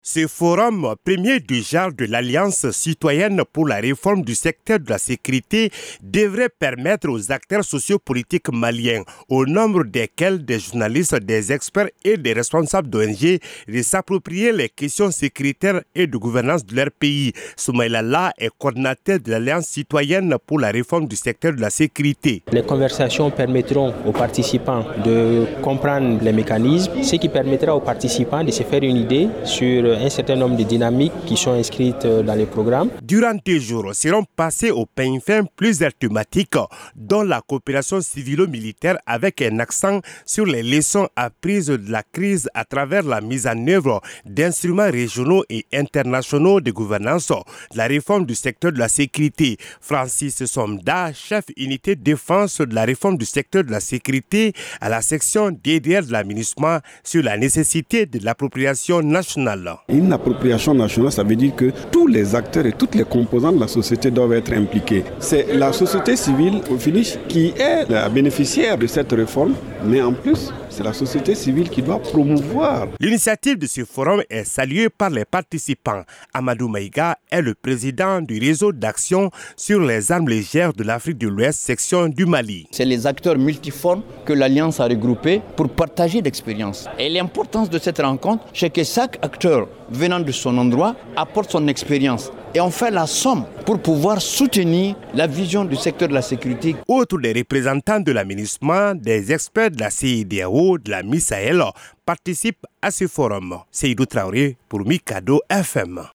Ce forum, premier du genre de l'Alliance citoyenne pour la réforme du secteur de la sécurité, devrait permettre aux acteurs sociopolitiques maliens, au nombre desquels des journalistes, des experts et des responsables d'ONG, de s'approprier les questions sécuritaires et de gouvernance de leur pays. Soumaïla La est coordinateur de l'Alliance citoyenne pour la réforme du secteur de la sécurité. Les conversations permettront aux participants de comprendre les mécanismes, ce qui permettra aux participants de se faire une idée sur un certain nombre de dynamiques qui sont inscrites dans les programmes. Durant 2 jours, seront passés au peigne fin plusieurs thématiques, dont la coopération civilo-militaire avec un accent sur les leçons apprises de la crise à travers la mise en œuvre d'instruments régionaux et internationaux de gouvernance, la réforme du secteur de la sécurité. Francis Somda, chef unité défense de la réforme du secteur de la sécurité à la section DDR de l'aménagement sur la nécessité de l'appropriation nationale. Une appropriation nationale, ça veut dire que tous les acteurs et toutes les composantes de la société doivent être impliqués. C'est la société civile, au finish, qui est la bénéficiaire de cette réforme, mais en plus, c'est la société civile qui doit promouvoir. L'initiative de ce forum est saluée par les participants. Amadou Maïga est le président du réseau d'action sur les armes légères de l'Afrique de l'Ouest, section du Mali. C'est les acteurs multiformes que l'Alliance a regroupés pour partager l'expérience. Et l'importance de cette rencontre, c'est que chaque acteur venant de son endroit apporte son expérience. Et on fait la somme pour pouvoir soutenir la vision du secteur de la sécurité. Outre les représentants de l'aménagement, des experts de la CEDEAO, de la MISAEL participent à ce forum. Seydou Traoré pour Mikado FM.